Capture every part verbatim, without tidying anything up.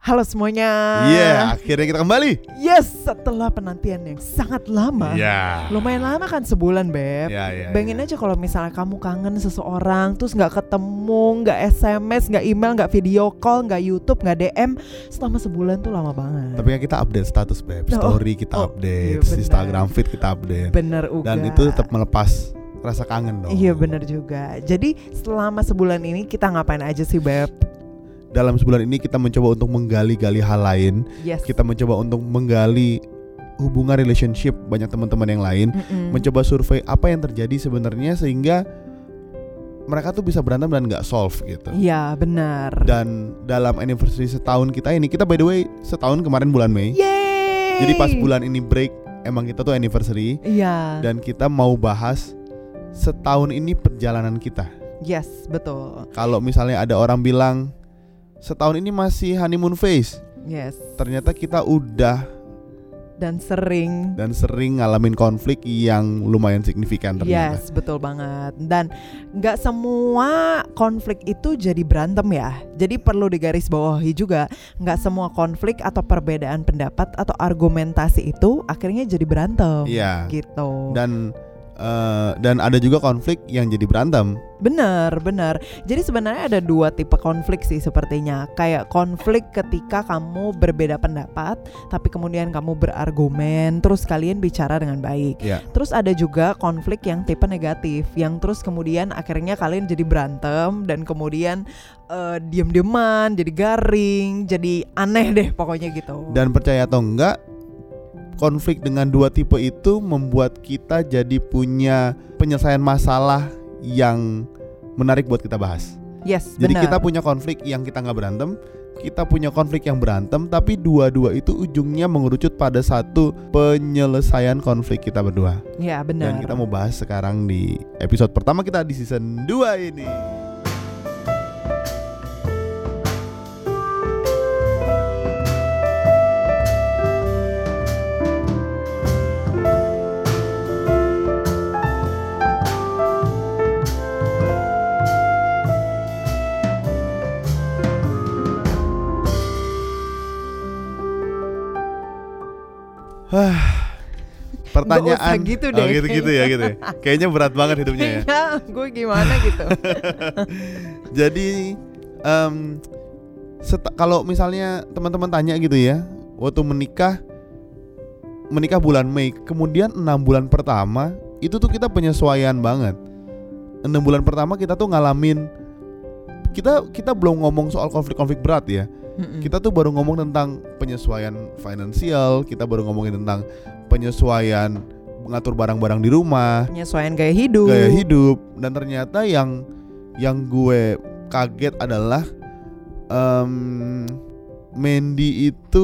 Halo semuanya. Iya, yeah, akhirnya kita kembali. Yes, setelah penantian yang sangat lama. Iya. Yeah. Lumayan lama kan, sebulan, Beb. Iya, yeah, iya. Yeah, Bayangin yeah. aja kalau misalnya kamu kangen seseorang, terus gak ketemu, gak S M S, gak email, gak video call, gak YouTube, gak D M selama sebulan tuh lama banget. Tapi kan kita update status, Beb. Story kita oh, update, iya, Instagram feed kita update. Bener uga. Dan itu tetap melepas rasa kangen dong. Iya bener juga. Jadi selama sebulan ini kita ngapain aja sih, Beb? Dalam sebulan ini kita mencoba untuk menggali-gali hal lain. Yes. Kita mencoba untuk menggali hubungan relationship banyak teman-teman yang lain. Mm-mm. Mencoba survei apa yang terjadi sebenarnya sehingga mereka tuh bisa berantem dan gak solve gitu. Iya benar. Dan dalam anniversary setahun kita ini, kita by the way setahun kemarin bulan Mei. Yeay. Jadi pas bulan ini break, emang kita tuh anniversary. Iya. Dan kita mau bahas setahun ini perjalanan kita. Yes, betul. Kalau misalnya ada orang bilang setahun ini masih honeymoon phase, yes. ternyata kita udah dan sering dan sering ngalamin konflik yang lumayan signifikan ternyata. Yes, betul banget. Dan nggak semua konflik itu jadi berantem ya. Jadi perlu digarisbawahi juga, nggak semua konflik atau perbedaan pendapat atau argumentasi itu akhirnya jadi berantem. Iya. Gitu. Dan uh, dan ada juga konflik yang jadi berantem. Bener, bener. Jadi sebenarnya ada dua tipe konflik sih sepertinya. Kayak konflik ketika kamu berbeda pendapat, tapi kemudian kamu berargumen, terus kalian bicara dengan baik. Yeah. Terus ada juga konflik yang tipe negatif, yang terus kemudian akhirnya kalian jadi berantem dan kemudian uh, diem-dieman, jadi garing, jadi aneh deh pokoknya gitu. Dan percaya atau enggak, konflik dengan dua tipe itu membuat kita jadi punya penyelesaian masalah yang menarik buat kita bahas. Yes, jadi benar. Kita punya konflik yang kita gak berantem, kita punya konflik yang berantem, tapi dua-dua itu ujungnya mengerucut pada satu penyelesaian konflik kita berdua. Ya benar. Dan kita mau bahas sekarang di episode pertama kita di season dua ini. Pertanyaan gitu deh. Oh gitu-gitu ya gitu ya. Kayaknya berat banget hidupnya ya. Iya, gue gimana gitu. Jadi um, set- kalau misalnya teman-teman tanya gitu ya, waktu menikah menikah bulan Mei, kemudian enam bulan pertama itu tuh kita penyesuaian banget. enam bulan pertama kita tuh ngalamin, kita kita belum ngomong soal konflik-konflik berat ya. Mm-mm. Kita tuh baru ngomong tentang penyesuaian finansial, kita baru ngomongin tentang penyesuaian mengatur barang-barang di rumah, penyesuaian gaya hidup. Gaya hidup dan ternyata yang yang gue kaget adalah um, Mandy itu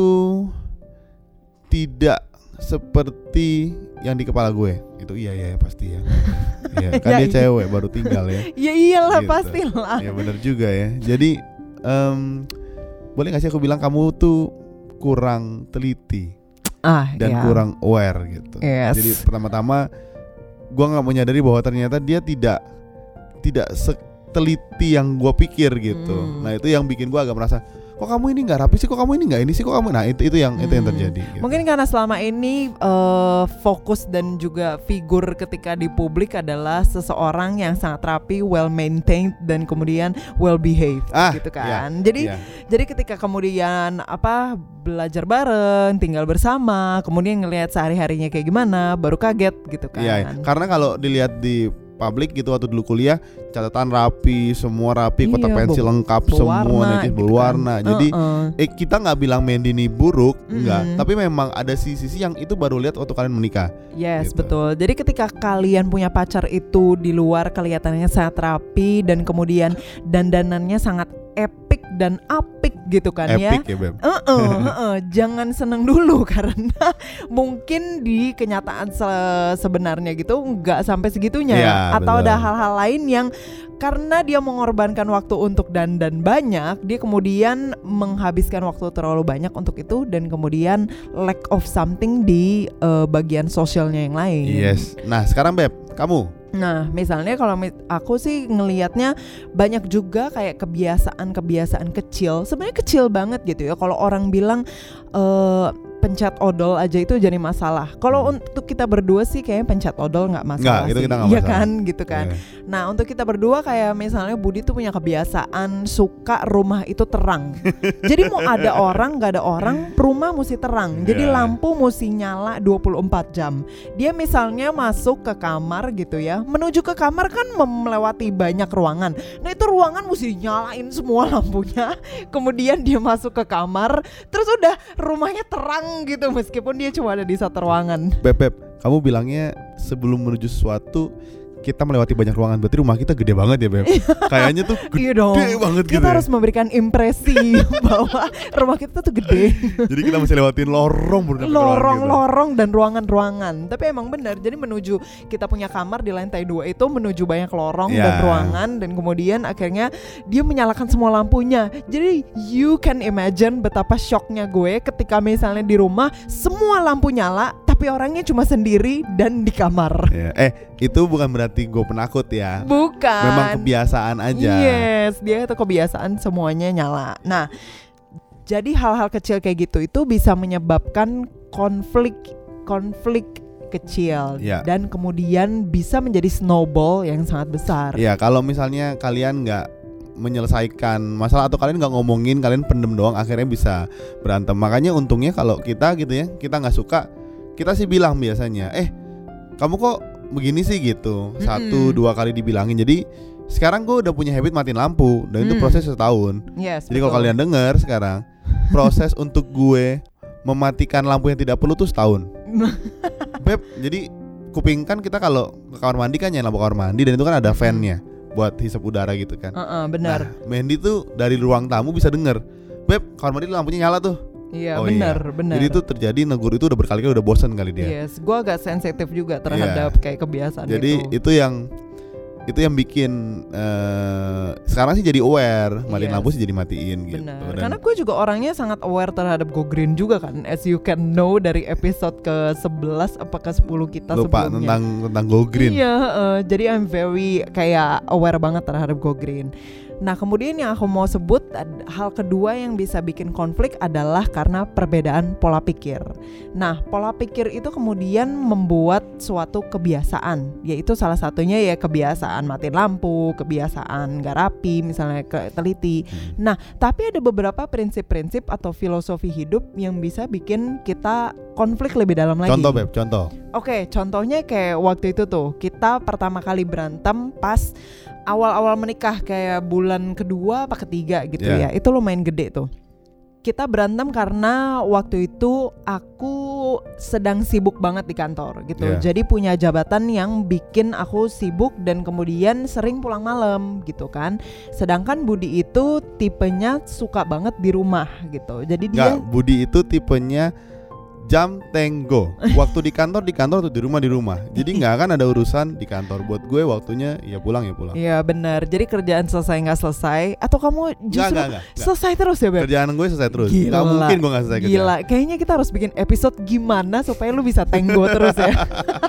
tidak seperti yang di kepala gue. Itu iya ya pasti ya. Iya, kan ya, dia iya. cewek baru tinggal ya. Ya iyalah gitu. pastilah. Ya benar juga ya. Jadi um, boleh gak sih aku bilang kamu tuh kurang teliti ah, dan ya. kurang aware gitu. Yes. Jadi pertama-tama gue nggak menyadari bahwa ternyata dia tidak tidak seteliti yang gue pikir gitu. Hmm. Nah itu yang bikin gue agak merasa, kok kamu ini nggak rapi sih, kok kamu ini nggak ini sih, kok kamu. Nah itu itu yang hmm. itu yang terjadi. Gitu. Mungkin karena selama ini uh, fokus dan juga figur ketika di publik adalah seseorang yang sangat rapi, well maintained dan kemudian well behaved, ah, gitu kan. Yeah, jadi yeah. jadi ketika kemudian apa belajar bareng, tinggal bersama, kemudian ngelihat sehari-harinya kayak gimana, baru kaget gitu kan. Iya, yeah, karena kalau dilihat di publik gitu waktu dulu kuliah, catatan rapi, semua rapi, kotak iya, pensil bu- lengkap, berwarna, semua necis gitu berwarna. kan. Jadi uh-uh. eh kita nggak bilang Mandy ini buruk, Mm-mm. enggak. Tapi memang ada sisi-sisi yang itu baru lihat waktu kalian menikah. Yes, gitu. betul. Jadi ketika kalian punya pacar itu di luar kelihatannya sangat rapi dan kemudian dandanannya sangat epic dan apik gitu kan. Epic ya. ya, Beb. Uh-uh, uh-uh. Jangan seneng dulu karena mungkin di kenyataan se- sebenarnya gitu nggak sampai segitunya. Ya, atau betul. ada hal-hal lain yang karena dia mengorbankan waktu untuk dandan banyak, dia kemudian menghabiskan waktu terlalu banyak untuk itu dan kemudian lack of something di uh, bagian sosialnya yang lain. Yes. Nah sekarang Beb, kamu Nah, misalnya kalau mi- aku sih ngelihatnya banyak juga kayak kebiasaan-kebiasaan kecil, sebenarnya kecil banget gitu ya. Kalau orang bilang eh, pencet odol aja itu jadi masalah. Kalau Hmm. untuk kita berdua sih kayaknya pencet odol nggak masalah Nggak, itu sih. kita nggak Iya masalah. kan, gitu kan. Iya. Nah, untuk kita berdua kayak misalnya Budi tuh punya kebiasaan suka rumah itu terang. Jadi mau ada orang nggak ada orang, rumah mesti terang. Jadi Iya. lampu mesti nyala dua puluh empat jam. Dia misalnya masuk ke kamar gitu ya, menuju ke kamar kan melewati banyak ruangan. Nah itu ruangan mesti nyalain semua lampunya. Kemudian dia masuk ke kamar, terus udah rumahnya terang gitu meskipun dia cuma ada di satu ruangan. Beb, Beb, kamu bilangnya sebelum menuju sesuatu kita melewati banyak ruangan, berarti rumah kita gede banget ya, Beb. Kayaknya tuh gede Iya dong. banget Kita gitu. harus Ya. memberikan impresi bahwa rumah kita tuh gede. Jadi kita mesti lewatin lorong baru dapet ruangan gitu. Lorong-lorong dan ruangan-ruangan. Tapi emang benar. Jadi menuju kita punya kamar di lantai dua itu menuju banyak lorong Ya. dan ruangan, dan kemudian akhirnya dia menyalakan semua lampunya. Jadi you can imagine betapa shocknya gue ketika misalnya di rumah semua lampu nyala tapi orangnya cuma sendiri dan di kamar. Ya. Eh, itu bukan berarti gue penakut ya. Bukan. Memang kebiasaan aja. Yes, dia itu kebiasaan semuanya nyala. Nah, jadi hal-hal kecil kayak gitu itu bisa menyebabkan konflik konflik kecil Ya. dan kemudian bisa menjadi snowball yang sangat besar. Ya, kalau misalnya kalian nggak menyelesaikan masalah atau kalian nggak ngomongin, kalian pendem doang, akhirnya bisa berantem. Makanya untungnya kalau kita gitu ya, kita nggak suka, kita sih bilang biasanya, eh kamu kok begini sih gitu. Satu Mm-mm. dua kali dibilangin. Jadi sekarang gue udah punya habit matiin lampu dan itu Mm. proses setahun. Yes. Jadi kalau betul. kalian dengar sekarang, proses untuk gue mematikan lampu yang tidak perlu tuh setahun. Beb, jadi kuping kan kita kalau ke kamar mandi kan nyalain lampu kamar mandi dan itu kan ada fan-nya buat hisap udara gitu kan. Uh-uh, benar. Nah, Mandy tuh dari ruang tamu bisa denger, Beb, kamar mandi lampunya nyala tuh. Iya, Oh benar, iya. benar. Jadi itu terjadi, negur itu udah berkali-kali, udah bosan kali dia. Yes, gue agak sensitif juga terhadap kayak kebiasaan Jadi itu. itu yang itu yang bikin eh, sekarang sih jadi aware, matiin Yes. lampu sih jadi matiin gitu. Benar, Dan- karena gue juga orangnya sangat aware terhadap Go Green juga kan. As you can know dari episode ke sebelas apa ke sepuluh kita lupa sebelumnya. tentang tentang Go Green. Iya, uh, jadi I'm very kayak aware banget terhadap Go Green. Nah, kemudian yang aku mau sebut ad- hal kedua yang bisa bikin konflik adalah karena perbedaan pola pikir. Nah, pola pikir itu kemudian membuat suatu kebiasaan, yaitu salah satunya ya kebiasaan matiin lampu, kebiasaan nggak rapi, misalnya ke teliti. Hmm. Nah, tapi ada beberapa prinsip-prinsip atau filosofi hidup yang bisa bikin kita konflik lebih dalam lagi. Contoh Beb, contoh. Oke, contohnya kayak waktu itu tuh kita pertama kali berantem pas awal-awal menikah, kayak bulan kedua apa ketiga gitu Yeah. ya. Itu lumayan gede tuh. Kita berantem karena waktu itu aku sedang sibuk banget di kantor gitu. Yeah. Jadi punya jabatan yang bikin aku sibuk dan kemudian sering pulang malam gitu kan. Sedangkan Budi itu tipenya suka banget di rumah gitu. Jadi dia Enggak, Budi itu tipenya jam tenggo. Waktu di kantor di kantor, tuh di rumah di rumah. Jadi nggak akan ada urusan di kantor. Buat gue waktunya ya pulang ya pulang. Iya benar. Jadi kerjaan selesai nggak selesai atau kamu Nggak, justru nggak, nggak, nggak. selesai terus ya Beb? Kerjaan gue selesai terus. Gila. Nggak mungkin gue nggak selesai kerjaan. Gila, kayaknya kita harus bikin episode gimana supaya lu bisa tenggo terus ya.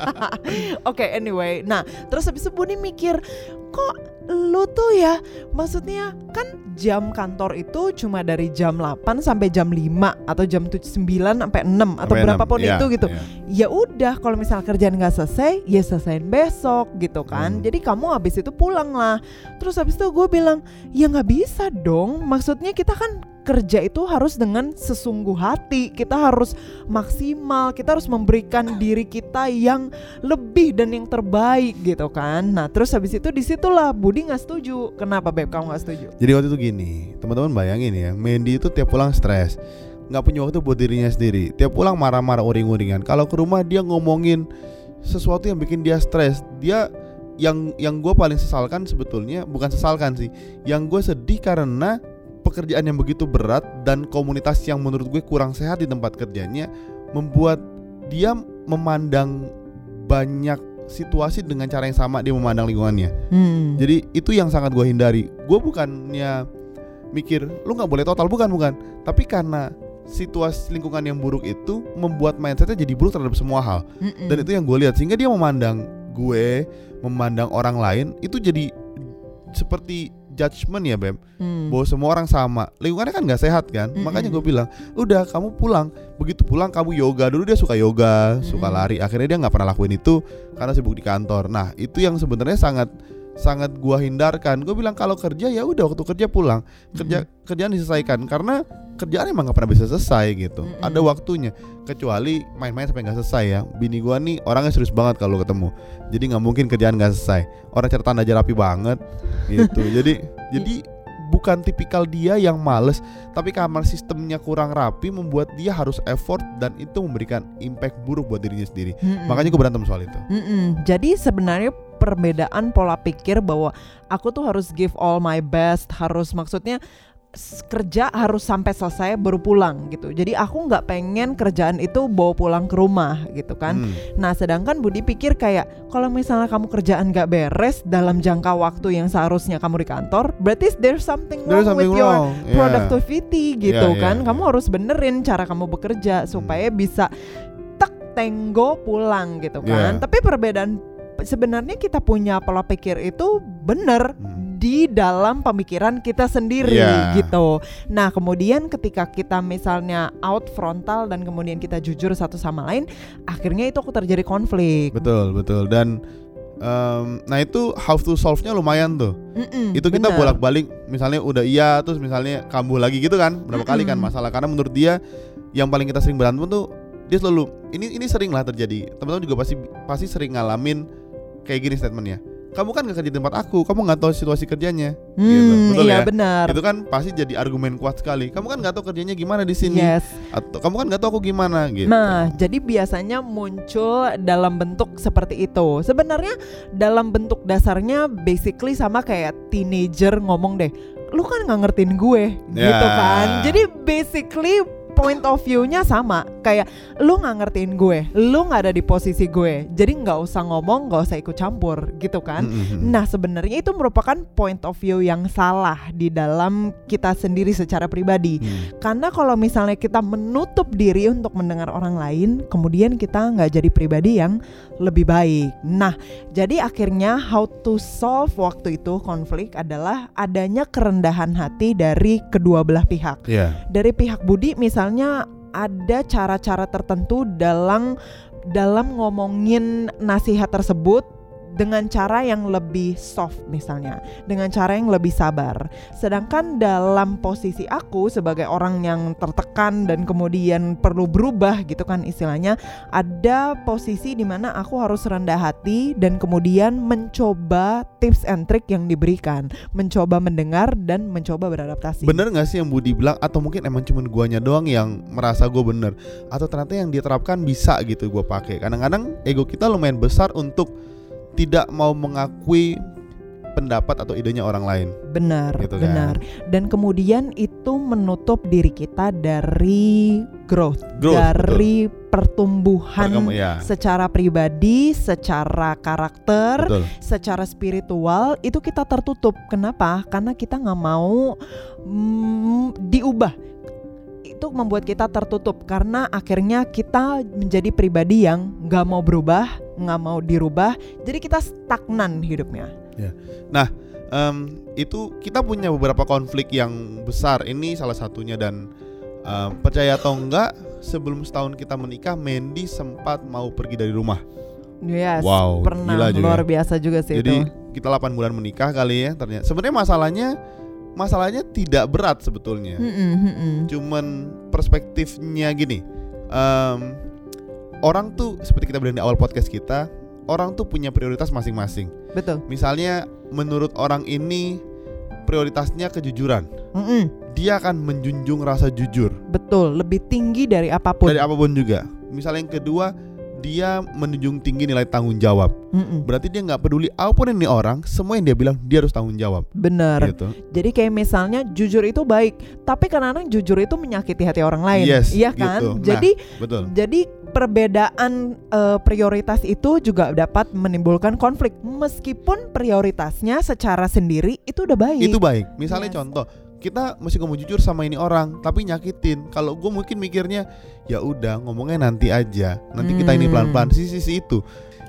Oke, anyway. Nah, terus habis itu Budi mikir, kok lu tuh ya, maksudnya kan jam kantor itu cuma dari jam delapan sampai jam lima atau jam tujuh, sembilan sampai enam atau Sampai enam, berapapun iya, itu gitu. iya. Ya udah, kalau misal kerjaan nggak selesai, ya selesaiin besok gitu kan. Hmm. Jadi kamu habis itu pulang lah. Terus habis itu gue bilang, ya nggak bisa dong. Maksudnya kita kan kerja itu harus dengan sesungguh hati. Kita harus maksimal. Kita harus memberikan diri kita yang lebih dan yang terbaik gitu kan. Nah terus habis itu disitulah Budi nggak setuju. Kenapa Beb kamu nggak setuju? Jadi waktu itu gini, teman-teman bayangin ya, Mandy itu tiap pulang stres, nggak punya waktu buat dirinya sendiri. Tiap pulang marah-marah uring-uringan. Kalau ke rumah dia ngomongin sesuatu yang bikin dia stres. Dia yang yang gue paling sesalkan sebetulnya bukan sesalkan sih, yang gue sedih karena pekerjaan yang begitu berat dan komunitas yang menurut gue kurang sehat di tempat kerjanya membuat dia memandang banyak situasi dengan cara yang sama dia memandang lingkungannya. Hmm. Jadi itu yang sangat gue hindari. Gue bukannya mikir lu nggak boleh total, bukan bukan. Tapi karena situasi lingkungan yang buruk itu membuat mindsetnya jadi buruk terhadap semua hal. Mm-mm. Dan itu yang gue lihat sehingga dia memandang gue memandang orang lain itu jadi seperti judgement ya Beb, hmm. bahwa semua orang sama. Lingkungannya kan nggak sehat kan, hmm. makanya gue bilang, udah kamu pulang. Begitu pulang kamu yoga. Dulu dia suka yoga, hmm. suka lari. Akhirnya dia nggak pernah lakuin itu karena sibuk di kantor. Nah itu yang sebenarnya sangat sangat gue hindarkan. Gue bilang kalau kerja ya udah waktu kerja pulang, kerja hmm. kerjaan diselesaikan karena kerjaan emang nggak pernah bisa selesai gitu. Hmm. Ada waktunya. Kecuali main-main sampai nggak selesai ya. Bini gue nih orangnya serius banget kalau ketemu. Jadi nggak mungkin kerjaan nggak selesai. Orang catatan aja rapi banget gitu. Jadi jadi bukan tipikal dia yang males, tapi kamar sistemnya kurang rapi membuat dia harus effort dan itu memberikan impact buruk buat dirinya sendiri. Mm-mm. Makanya gue berantem soal itu. Mm-mm. Jadi sebenarnya perbedaan pola pikir bahwa aku tuh harus give all my best, harus maksudnya kerja harus sampai selesai baru pulang gitu. Jadi aku nggak pengen kerjaan itu bawa pulang ke rumah gitu kan. Hmm. Nah sedangkan Budi pikir kayak kalau misalnya kamu kerjaan nggak beres dalam jangka waktu yang seharusnya kamu di kantor, berarti there's something wrong there's something with your wrong. productivity yeah. gitu yeah, kan. Yeah, kamu yeah. harus benerin cara kamu bekerja supaya hmm. bisa tek tenggo pulang gitu kan. Yeah. Tapi perbedaan sebenarnya kita punya pola pikir itu bener. Hmm. Di dalam pemikiran kita sendiri yeah. gitu. Nah kemudian ketika kita misalnya out frontal dan kemudian kita jujur satu sama lain, akhirnya itu aku terjadi konflik. Betul betul dan um, nah itu how to solve-nya lumayan tuh. Mm-mm, itu kita bener. Bolak-balik misalnya udah iya terus misalnya kambuh lagi gitu kan berapa Mm-mm. kali kan masalah karena menurut dia yang paling kita sering berantem tuh dia selalu ini ini sering lah terjadi. Teman-teman juga pasti pasti sering ngalamin kayak gini statementnya. Kamu kan gak kerja di tempat aku, kamu gak tahu situasi kerjanya, hmm, gitu. Betul iya, ya? Benar. Itu kan pasti jadi argumen kuat sekali. Kamu kan gak tahu kerjanya gimana di sini, yes. atau kamu kan gak tahu aku gimana, gitu. Nah, jadi biasanya muncul dalam bentuk seperti itu. Sebenarnya dalam bentuk dasarnya basically sama kayak teenager ngomong deh, lu kan gak ngertiin gue, yeah. gitu kan. Jadi basically point of view-nya sama, kayak lu nggak ngertiin gue, lu nggak ada di posisi gue, jadi nggak usah ngomong, nggak usah ikut campur, gitu kan? Mm-hmm. Nah sebenarnya itu merupakan point of view yang salah di dalam kita sendiri secara pribadi, mm. karena kalau misalnya kita menutup diri untuk mendengar orang lain, kemudian kita nggak jadi pribadi yang lebih baik. Nah jadi akhirnya how to solve waktu itu konflik adalah adanya kerendahan hati dari kedua belah pihak. Yeah. Dari pihak Budi misalnya ada cara-cara tertentu dalam dalam ngomongin nasihat tersebut dengan cara yang lebih soft misalnya, dengan cara yang lebih sabar. Sedangkan dalam posisi aku sebagai orang yang tertekan dan kemudian perlu berubah gitu kan istilahnya, ada posisi di mana aku harus rendah hati dan kemudian mencoba tips and trick yang diberikan, mencoba mendengar dan mencoba beradaptasi. Bener gak sih yang Budi bilang, atau mungkin emang cuma guanya doang yang merasa gue bener, atau ternyata yang dia terapkan bisa gitu gue pakai. Kadang-kadang ego kita lumayan besar untuk tidak mau mengakui pendapat atau idenya orang lain. Benar, gitu kan? Benar. Dan kemudian itu menutup diri kita dari growth, growth dari betul. pertumbuhan Perkemu, ya. secara pribadi, secara karakter, betul. secara spiritual, itu kita tertutup. Kenapa? Karena kita nggak mau mm, diubah. Itu membuat kita tertutup karena akhirnya kita menjadi pribadi yang nggak mau berubah, nggak mau dirubah, jadi kita stagnan hidupnya. Ya. Nah, um, itu kita punya beberapa konflik yang besar. Ini salah satunya dan um, percaya atau enggak, sebelum setahun kita menikah, Mandy sempat mau pergi dari rumah. Yes, wow, pernah luar biasa juga sih. Jadi, itu. Jadi kita delapan bulan menikah kali ya. Ternyata sebenarnya masalahnya Masalahnya tidak berat sebetulnya, mm-mm, mm-mm. cuman perspektifnya gini, um, orang tuh seperti kita bilang di awal podcast kita, orang tuh punya prioritas masing-masing. Betul. Misalnya menurut orang ini prioritasnya kejujuran, Mm-mm. dia akan menjunjung rasa jujur. Betul, lebih tinggi dari apapun. Dari apapun juga. Misalnya yang kedua, dia menjunjung tinggi nilai tanggung jawab. Mm-mm. Berarti dia nggak peduli apapun ini orang, semua yang dia bilang dia harus tanggung jawab. Benar. Gitu. Jadi kayak misalnya jujur itu baik, tapi kadang-kadang jujur itu menyakiti hati orang lain. Yes, iya kan? Gitu. Jadi, nah, betul. jadi perbedaan uh, prioritas itu juga dapat menimbulkan konflik, meskipun prioritasnya secara sendiri itu udah baik. Itu baik. Misalnya yes. contoh. Kita mesti ngomong jujur sama ini orang, tapi nyakitin. Kalau gue mungkin mikirnya, ya udah ngomongnya nanti aja. Nanti hmm. kita ini pelan-pelan. Sisi-sisi itu.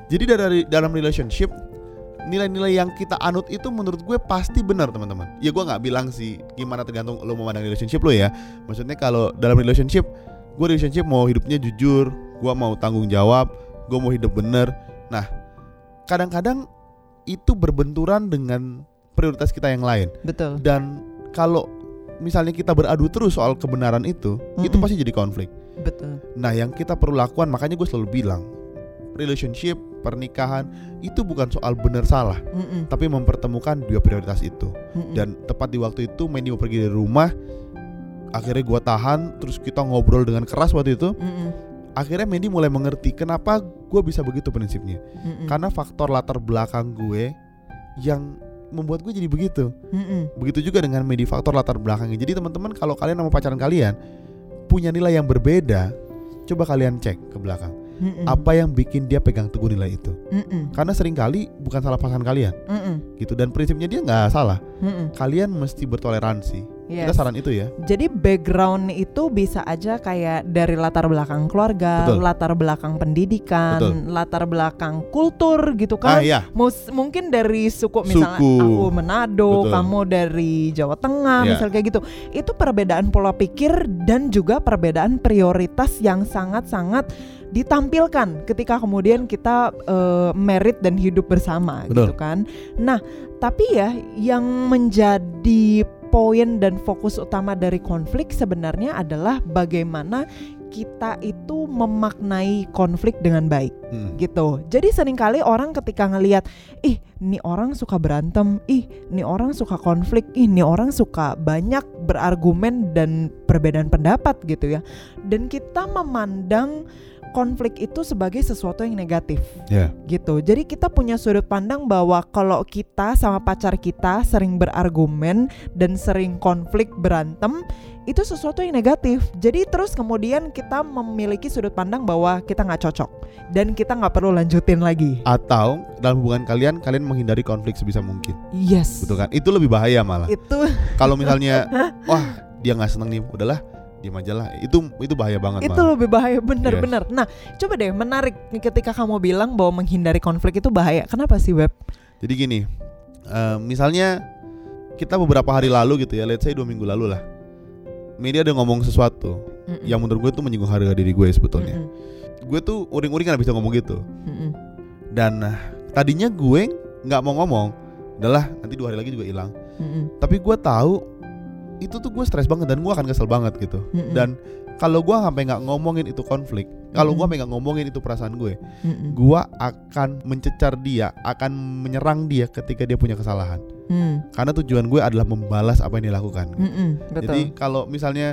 Jadi dari dalam relationship, nilai-nilai yang kita anut itu menurut gue pasti benar teman-teman. Ya gue nggak bilang sih gimana, tergantung lo memandang relationship lo ya. Maksudnya kalau dalam relationship, gue relationship mau hidupnya jujur, gue mau tanggung jawab, gue mau hidup bener. Nah kadang-kadang itu berbenturan dengan prioritas kita yang lain. Betul. Dan kalau misalnya kita beradu terus soal kebenaran itu, Mm-mm. itu pasti jadi konflik. Betul. Nah yang kita perlu lakukan, makanya gue selalu bilang, relationship, pernikahan itu bukan soal benar salah, Mm-mm. tapi mempertemukan dua prioritas itu. Mm-mm. Dan tepat di waktu itu Mandy mau pergi dari rumah, akhirnya gue tahan, terus kita ngobrol dengan keras waktu itu. Mm-mm. Akhirnya Mandy mulai mengerti kenapa gue bisa begitu prinsipnya. Mm-mm. Karena faktor latar belakang gue yang membuat gue jadi begitu. Mm-mm. Begitu juga dengan Mandy, faktor latar belakangnya. Jadi teman-teman, kalau kalian sama pacaran kalian punya nilai yang berbeda, coba kalian cek ke belakang. Mm-mm. Apa yang bikin dia pegang teguh nilai itu. Mm-mm. Karena seringkali bukan salah pasangan kalian. Mm-mm. Gitu. Dan prinsipnya dia gak salah. Mm-mm. Kalian mesti bertoleransi. Yes. Kita saran itu ya. Jadi background itu bisa aja kayak dari latar belakang keluarga, Betul. latar belakang pendidikan, Betul. latar belakang kultur gitu kan. Ah, iya. Mus- mungkin dari suku, misalnya suku. aku Manado, Betul. kamu dari Jawa Tengah, yeah. misalnya kayak gitu. Itu perbedaan pola pikir dan juga perbedaan prioritas yang sangat-sangat ditampilkan ketika kemudian kita uh, married dan hidup bersama. Betul. Gitu kan. Nah, tapi ya yang menjadi poin dan fokus utama dari konflik sebenarnya adalah bagaimana kita itu memaknai konflik dengan baik, hmm. gitu. Jadi seringkali orang ketika ngelihat, ih, ini orang suka berantem, ih, ini orang suka konflik, ih, ini orang suka banyak berargumen dan perbedaan pendapat gitu ya. Dan kita memandang konflik itu sebagai sesuatu yang negatif, yeah. gitu. Jadi kita punya sudut pandang bahwa kalau kita sama pacar kita sering berargumen dan sering konflik, berantem, itu sesuatu yang negatif. Jadi terus kemudian kita memiliki sudut pandang bahwa kita nggak cocok dan kita nggak perlu lanjutin lagi. Atau dalam hubungan kalian, kalian menghindari konflik sebisa mungkin. Yes. Betul kan? Itu lebih bahaya malah. Itu. Kalau misalnya, wah dia nggak seneng nih, udahlah. Diam aja lah, itu itu bahaya banget. Itu malah. lebih bahaya, bener-bener. Yes. Nah, coba deh, menarik ketika kamu bilang bahwa menghindari konflik itu bahaya. Kenapa sih, Web? Jadi gini, uh, misalnya kita beberapa hari lalu gitu ya, let's say dua minggu lalu lah, media ada ngomong sesuatu Mm-mm. yang menurut gue tuh menyinggung harga diri gue sebetulnya. Mm-mm. Gue tuh uring-uring gak bisa ngomong gitu. Mm-mm. Dan uh, tadinya gue gak mau ngomong, udahlah nanti dua hari lagi juga hilang. Mm-mm. Tapi gue tahu itu tuh gue stres banget dan gue akan kesel banget gitu. Mm-mm. Dan kalau gue sampai nggak ngomongin itu konflik, kalau gue sampai nggak ngomongin itu perasaan gue, Mm-mm. gue akan mencecar dia, akan menyerang dia ketika dia punya kesalahan. Mm. Karena tujuan gue adalah membalas apa yang dia lakukan. Jadi kalau misalnya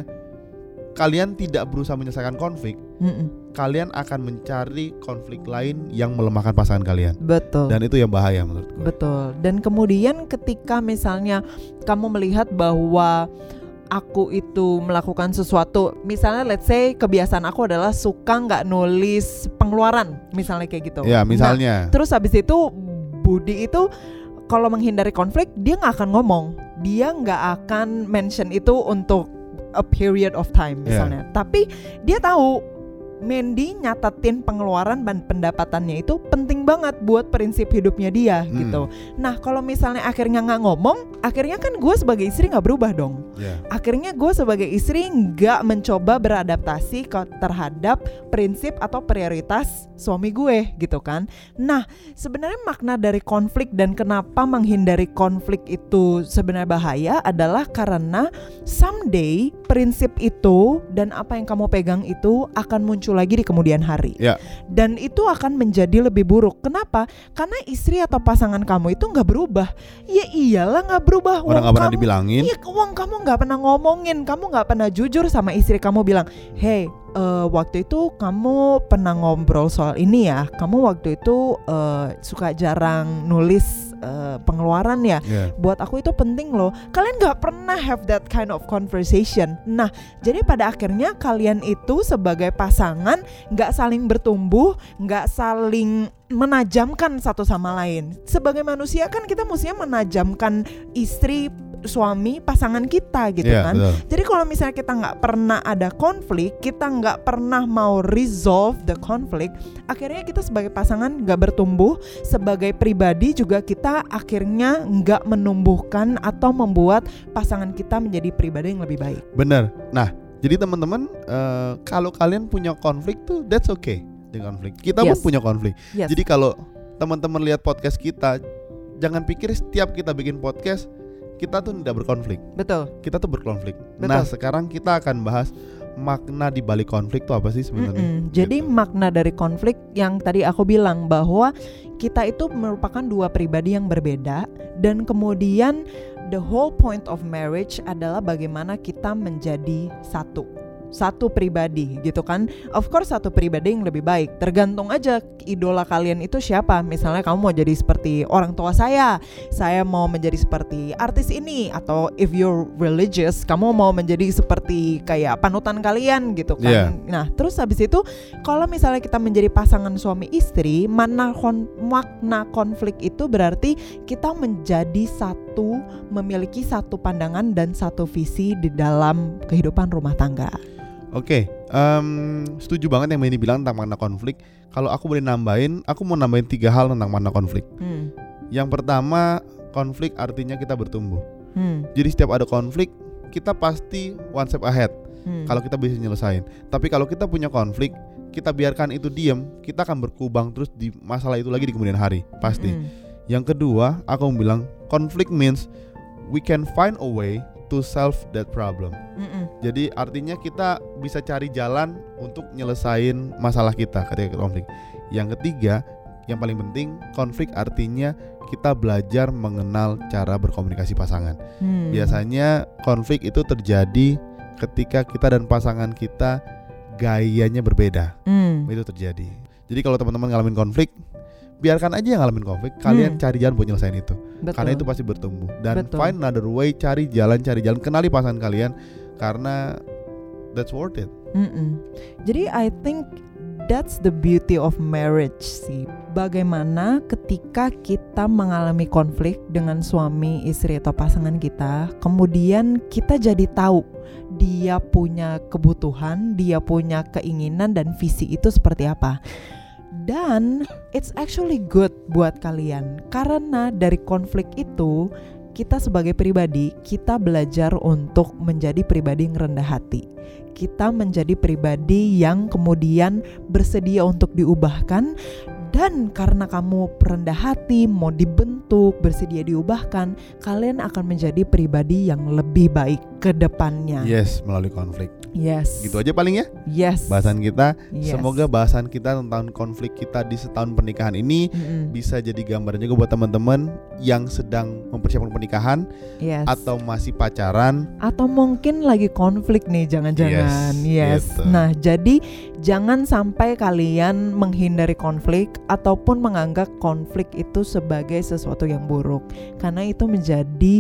kalian tidak berusaha menyelesaikan konflik, Mm-mm. kalian akan mencari konflik lain yang melemahkan pasangan kalian. Betul. Dan itu yang bahaya menurut gue. Betul. Dan kemudian ketika misalnya kamu melihat bahwa aku itu melakukan sesuatu, misalnya let's say kebiasaan aku adalah suka nggak nulis pengeluaran, misalnya kayak gitu. Ya misalnya. Nah, terus habis itu Budi itu kalau menghindari konflik dia nggak akan ngomong, dia nggak akan mention itu untuk a period of time misalnya, yeah. Tapi dia tahu Mandy nyatatin pengeluaran dan pendapatannya itu penting banget buat prinsip hidupnya dia, hmm. gitu. Nah kalau misalnya akhirnya nggak ngomong, akhirnya kan gue sebagai istri nggak berubah dong. Yeah. Akhirnya gue sebagai istri nggak mencoba beradaptasi ke terhadap prinsip atau prioritas suami gue, gitu kan. Nah sebenarnya makna dari konflik dan kenapa menghindari konflik itu sebenarnya bahaya adalah karena someday prinsip itu dan apa yang kamu pegang itu akan muncul lagi di kemudian hari, yeah. Dan itu akan menjadi lebih buruk. Kenapa? Karena istri atau pasangan kamu itu nggak berubah. Ya iyalah nggak berubah. Orang nggak pernah dibilangin. Iya, uang kamu nggak pernah ngomongin, kamu nggak pernah jujur sama istri kamu bilang, hey, uh, waktu itu kamu pernah ngobrol soal ini ya. Kamu waktu itu uh, suka jarang nulis uh, pengeluaran ya. Yeah. Buat aku itu penting loh. Kalian nggak pernah have that kind of conversation. Nah, jadi pada akhirnya kalian itu sebagai pasangan nggak saling bertumbuh, nggak saling menajamkan satu sama lain. Sebagai manusia kan kita mestinya menajamkan istri suami pasangan kita gitu yeah, kan. betul. Jadi kalau misalnya kita nggak pernah ada konflik, kita nggak pernah mau resolve the conflict, akhirnya kita sebagai pasangan nggak bertumbuh, sebagai pribadi juga kita akhirnya nggak menumbuhkan atau membuat pasangan kita menjadi pribadi yang lebih baik. Bener. Nah, jadi teman-teman uh, kalau kalian punya konflik tuh that's okay dengan konflik. Kita Yes. pun punya konflik. Yes. Jadi kalau teman-teman lihat podcast kita, jangan pikir setiap kita bikin podcast kita tuh tidak berkonflik. Betul. Kita tuh berkonflik. Betul. Nah, sekarang kita akan bahas makna di balik konflik itu apa sih sebenarnya? Mm-mm. Jadi Gitu. makna dari konflik yang tadi aku bilang bahwa kita itu merupakan dua pribadi yang berbeda, dan kemudian the whole point of marriage adalah bagaimana kita menjadi satu. Satu pribadi gitu kan. Of course satu pribadi yang lebih baik. Tergantung aja idola kalian itu siapa. Misalnya kamu mau jadi seperti orang tua saya, saya mau menjadi seperti artis ini, atau if you're religious, kamu mau menjadi seperti kayak panutan kalian gitu kan. Yeah. Nah, terus habis itu kalau misalnya kita menjadi pasangan suami istri, makna kon- makna konflik itu berarti kita menjadi satu, memiliki satu pandangan dan satu visi di dalam kehidupan rumah tangga. Oke, um, setuju banget yang Meni bilang tentang makna konflik. Kalau aku boleh nambahin, aku mau nambahin tiga hal tentang makna konflik. Hmm. Yang pertama, konflik artinya kita bertumbuh. Hmm. Jadi setiap ada konflik, kita pasti one step ahead. Hmm. Kalau kita bisa nyelesain. Tapi kalau kita punya konflik, kita biarkan itu diem, kita akan berkubang terus di masalah itu lagi di kemudian hari, pasti. Hmm. Yang kedua, aku mau bilang konflik means we can find a way to solve that problem. Mm-mm. Jadi artinya kita bisa cari jalan untuk nyelesain masalah kita ketika konflik. Yang ketiga, yang paling penting, konflik artinya kita belajar mengenal cara berkomunikasi pasangan. Hmm. Biasanya konflik itu terjadi ketika kita dan pasangan kita gayanya berbeda. Hmm. Itu terjadi. Jadi kalau teman-teman ngalamin konflik, biarkan aja yang ngalamin konflik, kalian Hmm. cari jalan buat nyelesain itu. Betul. Karena itu pasti bertumbuh. Dan Betul. find another way, cari jalan, cari jalan, kenali pasangan kalian, karena that's worth it. Mm-mm. Jadi I think that's the beauty of marriage sih. Bagaimana ketika kita mengalami konflik dengan suami, istri atau pasangan kita, kemudian kita jadi tahu dia punya kebutuhan, dia punya keinginan dan visi itu seperti apa. Dan it's actually good buat kalian, karena dari konflik itu kita sebagai pribadi, kita belajar untuk menjadi pribadi yang rendah hati. Kita menjadi pribadi yang kemudian bersedia untuk diubahkan. Dan karena kamu rendah hati, mau dibentuk, bersedia diubahkan, kalian akan menjadi pribadi yang lebih baik ke depannya. Yes, melalui konflik. Yes. Gitu aja paling ya Yes. bahasan kita. Yes. Semoga bahasan kita tentang konflik kita di setahun pernikahan ini Mm-mm. bisa jadi gambaran juga buat teman-teman yang sedang mempersiapkan pernikahan Yes. atau masih pacaran. Atau mungkin lagi konflik nih, jangan-jangan. Yes, Yes. gitu. Nah, jadi jangan sampai kalian menghindari konflik ataupun menganggap konflik itu sebagai sesuatu yang buruk, karena itu menjadi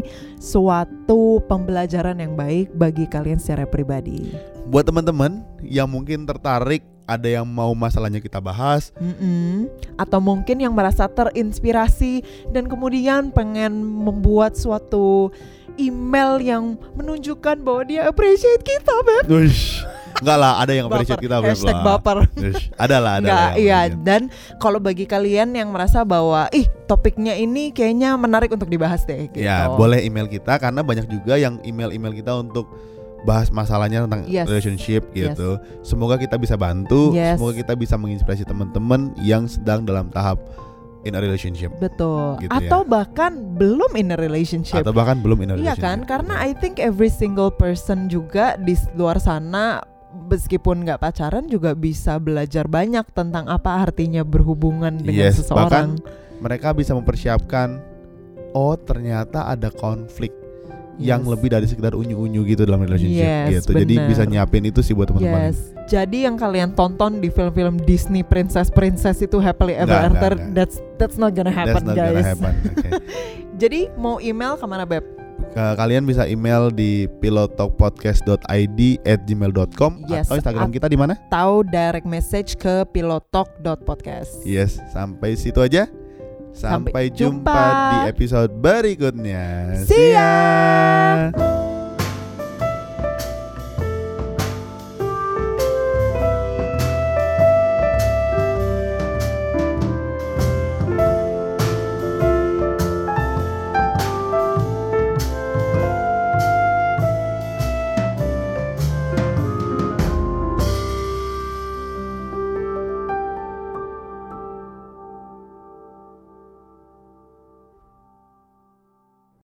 suatu pembelajaran yang baik bagi kalian secara pribadi. Buat teman-teman yang mungkin tertarik, ada yang mau masalahnya kita bahas, Mm-mm. Atau mungkin yang merasa terinspirasi dan kemudian pengen membuat suatu email yang menunjukkan bahwa dia appreciate kita, Beb. Uish, enggak lah, ada yang appreciate kita, Beb Hashtag lah. baper. Uish, ada lah, ada Enggak, lah yang iya. appreciate. Dan kalau bagi kalian yang merasa bahwa ih topiknya ini kayaknya menarik untuk dibahas deh gitu. Ya, boleh email kita, karena banyak juga yang email-email kita untuk bahas masalahnya tentang Yes. relationship gitu. Semoga kita bisa bantu, Yes. semoga kita bisa menginspirasi teman-teman yang sedang dalam tahap in a relationship. Betul. Gitu Atau ya. bahkan belum in a relationship. Atau bahkan belum in a Iya relationship. kan? Karena I think every single person juga di luar sana, meskipun nggak pacaran juga bisa belajar banyak tentang apa artinya berhubungan dengan Yes, seseorang. mereka bisa mempersiapkan, oh ternyata ada konflik yang Yes. lebih dari sekedar unyu-unyu gitu dalam relationship Yes, gitu. Jadi benar. bisa nyiapin itu sih buat teman-teman. Yes. Jadi yang kalian tonton di film-film Disney princess-princess itu happily ever Nggak, after, nggak, nggak. that's that's not gonna happen, That's not guys. gonna happen. Okay. Jadi mau email kemana, Beb? Ke- Kalian bisa email di pilottalkpodcast dot i d at gmail dot com Yes, atau Instagram at- kita di mana? Tahu direct message ke pilotalk dot podcast. Yes, sampai situ aja. Sampai, Sampai jumpa jumpa di episode berikutnya. See ya.